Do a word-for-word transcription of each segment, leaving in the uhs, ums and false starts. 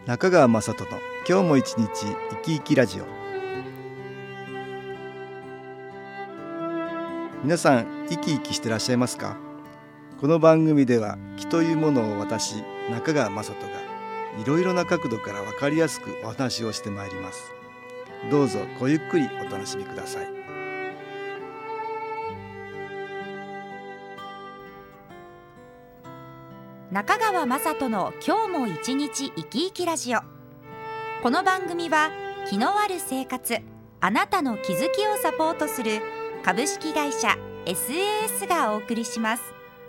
中川雅人の今日も一日生き生きラジオ。皆さん生き生きしてらっしゃいますか？この番組では気というものを私中川雅人がいろいろな角度から分かりやすくお話をしてまいります。どうぞごゆっくりお楽しみください。 中川雅人の今日も一日生き生きラジオ。この番組は気のある生活、あなたの気づきをサポートする株式会社 エスエーエス がお送りします。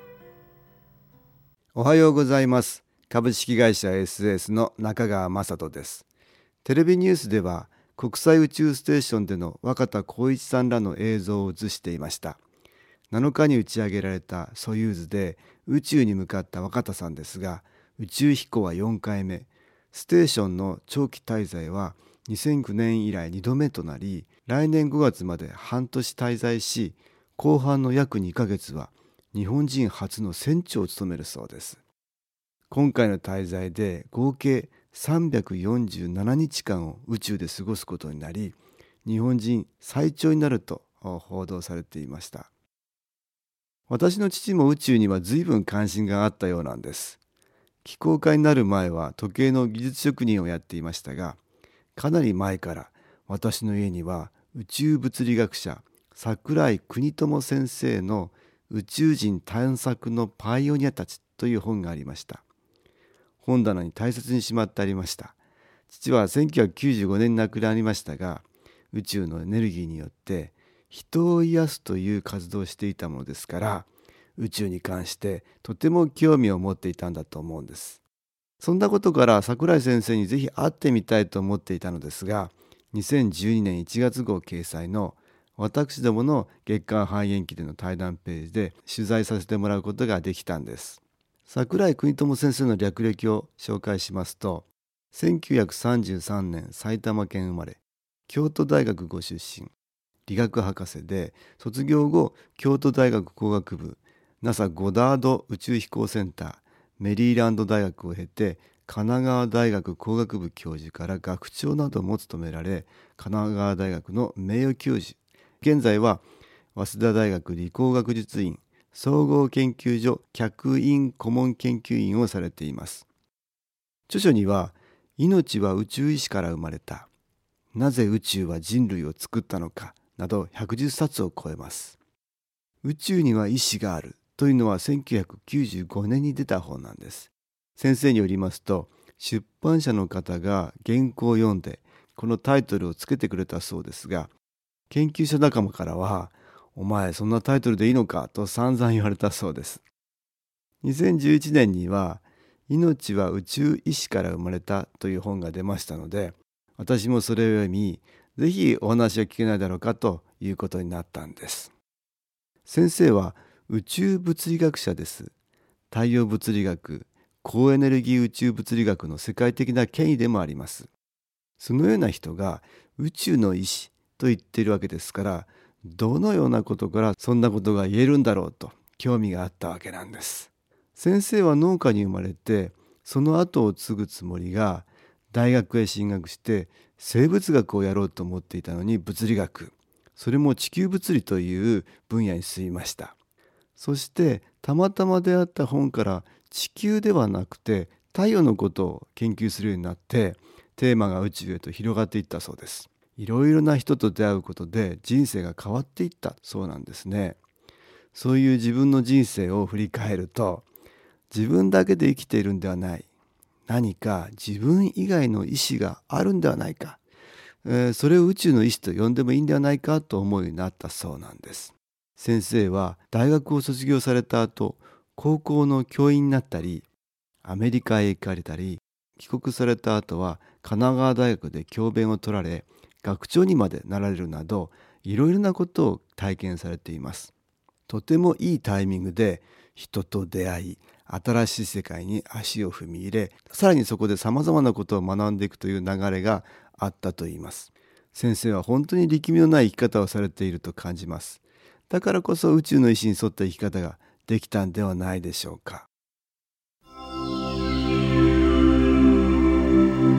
おはようございます。株式会社 エスエーエス の中川雅人です。テレビニュースでは国際宇宙ステーションでの若田光一さんらの映像を映していました。なのかに打ち上げられたソユーズで宇宙に向かった若田さんですが、宇宙飛行はよんかいめ、ステーションの長期滞在はにせんきゅうねん以来にどめとなり、来年ごがつまで半年滞在し、後半の約にかげつは日本人初の船長を務めるそうです。今回の滞在で合計さんびゃくよんじゅうななにちかんを宇宙で過ごすことになり、日本人最長になると報道されていました。私の父も宇宙には随分関心があったようなんです。機工科になる前は時計の技術職人をやっていましたが、かなり前から私の家には宇宙物理学者櫻井国友先生の宇宙人探索のパイオニアたちという本がありました。本棚に大切にしまってありました。父はせんきゅうひゃくきゅうじゅうごねんに亡くなりましたが、宇宙のエネルギーによって人を癒すという活動をしていたものですから、宇宙に関してとても興味を持っていたんだと思うんです。そんなことから櫻井先生にぜひ会ってみたいと思っていたのですが、にせんじゅうにねんいちがつ号掲載の私どもの月刊半円記での対談ページで取材させてもらうことができたんです。櫻井国友先生の略歴を紹介しますと、せんきゅうひゃくさんじゅうさんねん埼玉県生まれ、京都大学ご出身、理学博士で、卒業後京都大学工学部、 ナサ ゴダード宇宙飛行センター、メリーランド大学を経て神奈川大学工学部教授から学長なども務められ、神奈川大学の名誉教授、現在は早稲田大学理工学術院総合研究所客員顧問研究員をされています。著書には、命は宇宙意志から生まれた、なぜ宇宙は人類を作ったのかなどひゃくじゅっさつを超えます。宇宙には意志があるというのはせんきゅうひゃくきゅうじゅうごねんに出た本なんです。先生によりますと、出版社の方が原稿を読んでこのタイトルをつけてくれたそうですが、研究者仲間からは、お前そんなタイトルでいいのかと散々言われたそうです。にせんじゅういちねんには命は宇宙意志から生まれたという本が出ましたので、私もそれを読み、ぜひお話を聞けないだろうかということになったんです。先生は宇宙物理学者です。太陽物理学、高エネルギー宇宙物理学の世界的な権威でもあります。そのような人が宇宙の意志と言っているわけですから、どのようなことからそんなことが言えるんだろうと興味があったわけなんです。先生は農家に生まれて、その後を継ぐつもりが大学へ進学して生物学をやろうと思っていたのに、物理学、それも地球物理という分野に進みました。そしてたまたま出会った本から地球ではなくて太陽のことを研究するようになって、テーマが宇宙へと広がっていったそうです。いろいろな人と出会うことで人生が変わっていったそうなんですね。そういう自分の人生を振り返ると、自分だけで生きているんではない、何か自分以外の意志があるんではないか、えー、それを宇宙の意志と呼んでもいいんではないかと思うようになったそうなんです。先生は大学を卒業された後、高校の教員になったり、アメリカへ行かれたり、帰国された後は神奈川大学で教鞭を取られ、学長にまでなられるなど、いろいろなことを体験されています。とてもいいタイミングで人と出会い、新しい世界に足を踏み入れ、さらにそこでさまざまなことを学んでいくという流れがあったといいます。先生は本当に力みのない生き方をされていると感じます。だからこそ宇宙の意志に沿った生き方ができたんではないでしょうか。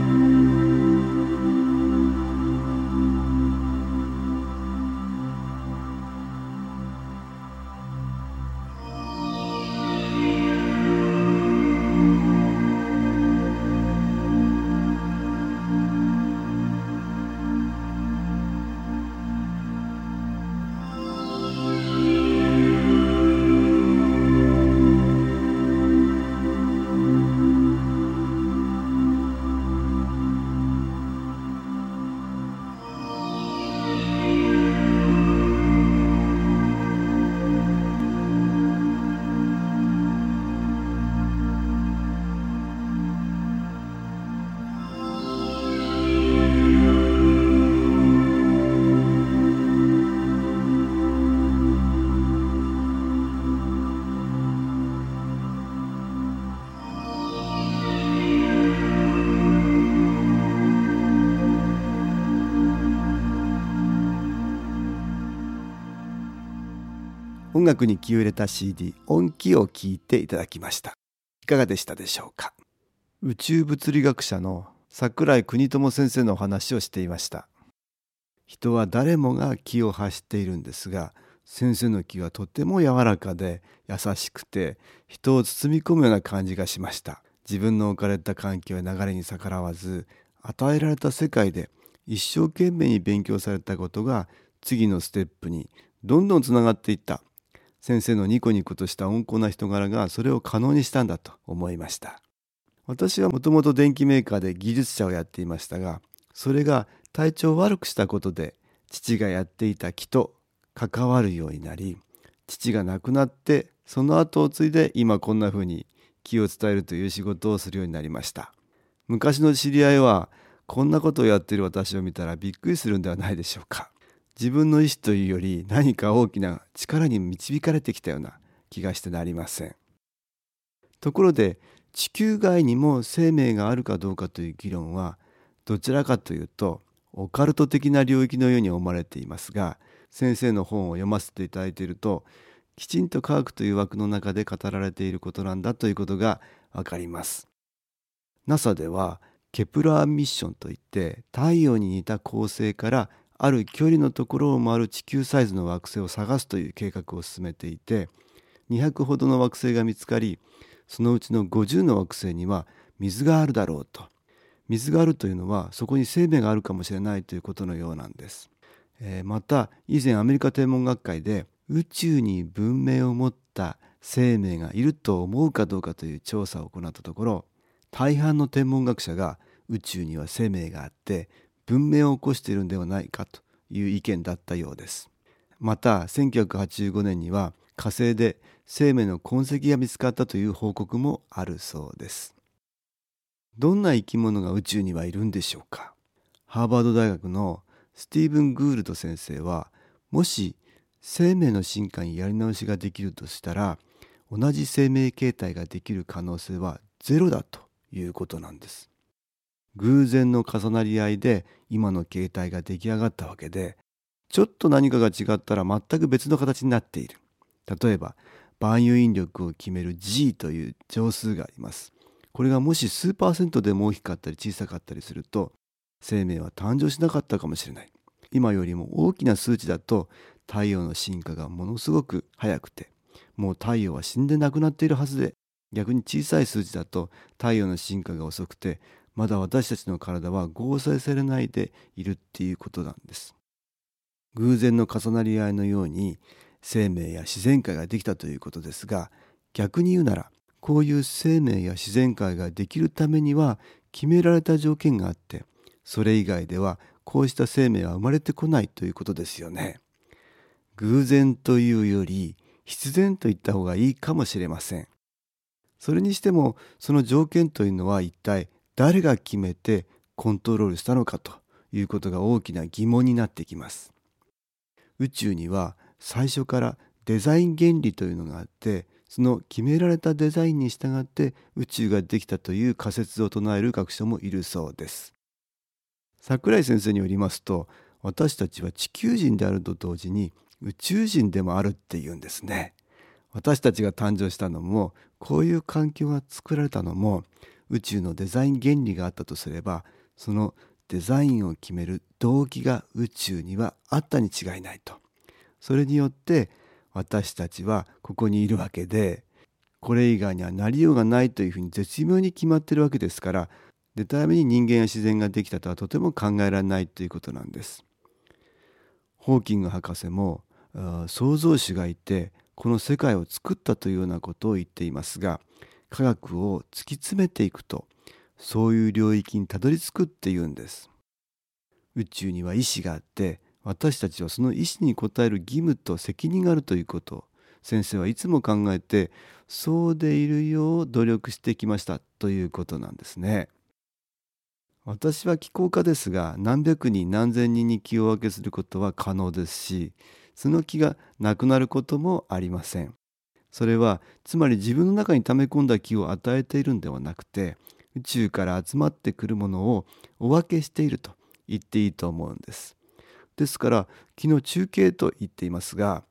音楽に気を入れた シーディー 音気を聴いていただきました。いかがでしたでしょうか。宇宙物理学者の櫻井邦友先生のお話をしていました。人は誰もが気を発しているんですが、先生の気はとても柔らかで優しくて、人を包み込むような感じがしました。自分の置かれた環境や流れに逆らわず、与えられた世界で一生懸命に勉強されたことが次のステップにどんどんつながっていった。先生のニコニコとした温厚な人柄がそれを可能にしたんだと思いました。私はもともと電機メーカーで技術者をやっていましたが、それが体調を悪くしたことで父がやっていた気と関わるようになり、父が亡くなってその後を継いで今こんな風に気を伝えるという仕事をするようになりました。昔の知り合いはこんなことをやっている私を見たらびっくりするんではないでしょうか。自分の意志というより何か大きな力に導かれてきたような気がしてなりません。ところで地球外にも生命があるかどうかという議論はどちらかというとオカルト的な領域のように思われていますが、先生の本を読ませていただいているときちんと科学という枠の中で語られていることなんだということがわかります。 ナサ ではケプラーミッションといって太陽に似た恒星からある距離のところを回る地球サイズの惑星を探すという計画を進めていて、にひゃくほどの惑星が見つかり、そのうちのごじゅうの惑星には水があるだろうと。水があるというのはそこに生命があるかもしれないということのようなんです。えー、また以前アメリカ天文学会で宇宙に文明を持った生命がいると思うかどうかという調査を行ったところ、大半の天文学者が宇宙には生命があって文明を起こしているのではないかという意見だったようです。またせんきゅうひゃくはちじゅうごねんには火星で生命の痕跡が見つかったという報告もあるそうです。どんな生き物が宇宙にはいるんでしょうか。ハーバード大学のスティーブン・グールド先生は、もし生命の進化にやり直しができるとしたら、同じ生命形態ができる可能性はゼロだということなんです。偶然の重なり合いで今の形態が出来上がったわけで、ちょっと何かが違ったら全く別の形になっている。例えば万有引力を決める G という乗数があります。これがもし数パーセントでも大きかったり小さかったりすると、生命は誕生しなかったかもしれない。今よりも大きな数値だと太陽の進化がものすごく早くて、もう太陽は死んでなくなっているはずで、逆に小さい数値だと太陽の進化が遅くて、まだ私たちの体は合成されないでいるっていうことなんです。偶然の重なり合いのように生命や自然界ができたということですが、逆に言うならこういう生命や自然界ができるためには決められた条件があって、それ以外ではこうした生命は生まれてこないということですよね。偶然というより必然と言った方がいいかもしれません。それにしてもその条件というのは一体誰が決めてコントロールしたのかということが大きな疑問になってきます。宇宙には最初からデザイン原理というのがあって、その決められたデザインに従って宇宙ができたという仮説を唱える学者もいるそうです。櫻井先生によりますと、私たちは地球人であると同時に宇宙人でもあるっていうんですね。私たちが誕生したのも、こういう環境が作られたのも宇宙のデザイン原理があったとすれば、そのデザインを決める動機が宇宙にはあったに違いないと。それによって私たちはここにいるわけで、これ以外にはなりようがないというふうに絶妙に決まっているわけですから、でたらめに人間や自然ができたとはとても考えられないということなんです。ホーキング博士も創造主がいてこの世界を作ったというようなことを言っていますが、科学を突き詰めていくとそういう領域にたどり着くっていうんです。宇宙には意志があって、私たちはその意志に応える義務と責任があるということを先生はいつも考えて、そうでいるよう努力してきましたということなんですね。私は気候家ですが、何百人何千人に気を分けすることは可能ですし、その気がなくなることもありません。それはつまり自分の中に溜め込んだ気を与えているんではなくて、宇宙から集まってくるものをお分けしていると言っていいと思うんです。ですから昨日中継と言っていますが、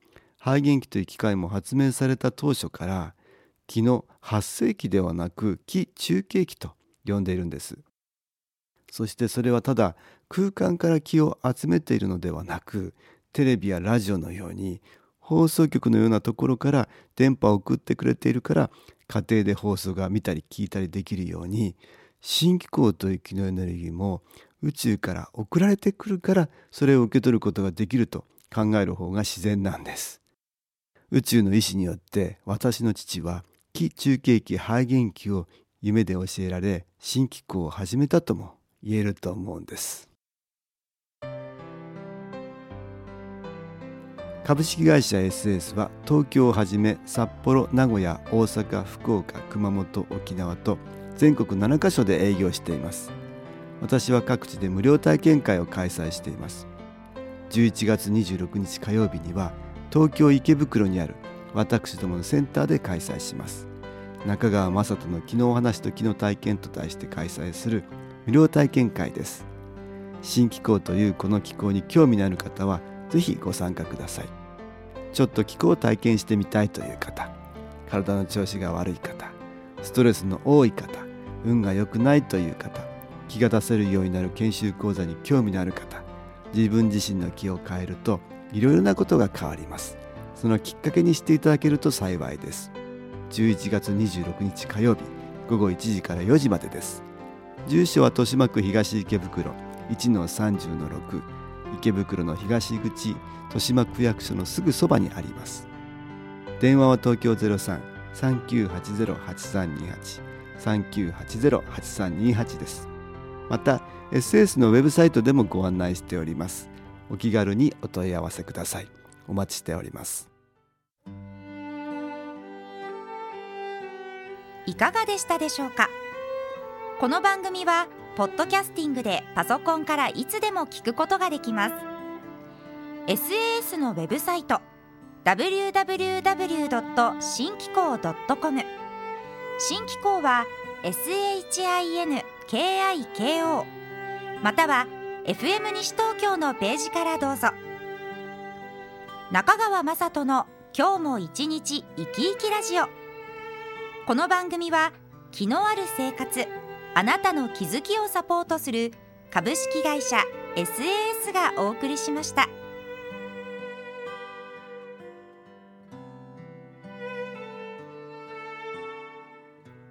肺元機という機械も発明された当初から気の発生器ではなく気中継器と呼んでいるんです。そしてそれはただ空間から気を集めているのではなく、テレビやラジオのように放送局のようなところから電波を送ってくれているから、家庭で放送が見たり聞いたりできるように、新気候という気のエネルギーも宇宙から送られてくるから、それを受け取ることができると考える方が自然なんです。宇宙の意志によって私の父は気中継器肺元機を夢で教えられ、新気候を始めたとも言えると思うんです。株式会社 エスエス は東京をはじめ札幌、名古屋、大阪、福岡、熊本、沖縄と全国ななカ所で営業しています。私は各地で無料体験会を開催しています。じゅういちがつにじゅうろくにち火曜日には東京池袋にある私どものセンターで開催します。中川雅人の気のお話と気の体験と題して開催する無料体験会です。新気候というこの気候に興味のある方はぜひご参加ください。ちょっと気候を体験してみたいという方、体の調子が悪い方、ストレスの多い方、運が良くないという方、気が出せるようになる研修講座に興味のある方、自分自身の気を変えるといろいろなことが変わります。そのきっかけにしていただけると幸いです。じゅういちがつにじゅうろくにち火曜日、ごごいちじからよじまでです。住所は豊島区東池袋 いちのさんじゅうのろく、池袋の東口豊島区役所のすぐそばにあります。電話は東京 ゼロさん さんきゅうはちゼロ はちさんにはち さんきゅうはちゼロ はちさんにはちです。また エスエス のウェブサイトでもご案内しております。お気軽にお問い合わせください。お待ちしております。 いかがでしたでしょうか。この番組はポッドキャスティングでパソコンからいつでも聞くことができます。 エスエーエス のウェブサイト ダブリューダブリューダブリュードットシンキコードットコム、 新気候は エスエイチアイエヌケーアイケーオー または エフエム 西東京のページからどうぞ。中川雅人の今日も一日生き生きラジオ。この番組は気のある生活、あなたの気づきをサポートする株式会社 エスエーエス がお送りしました。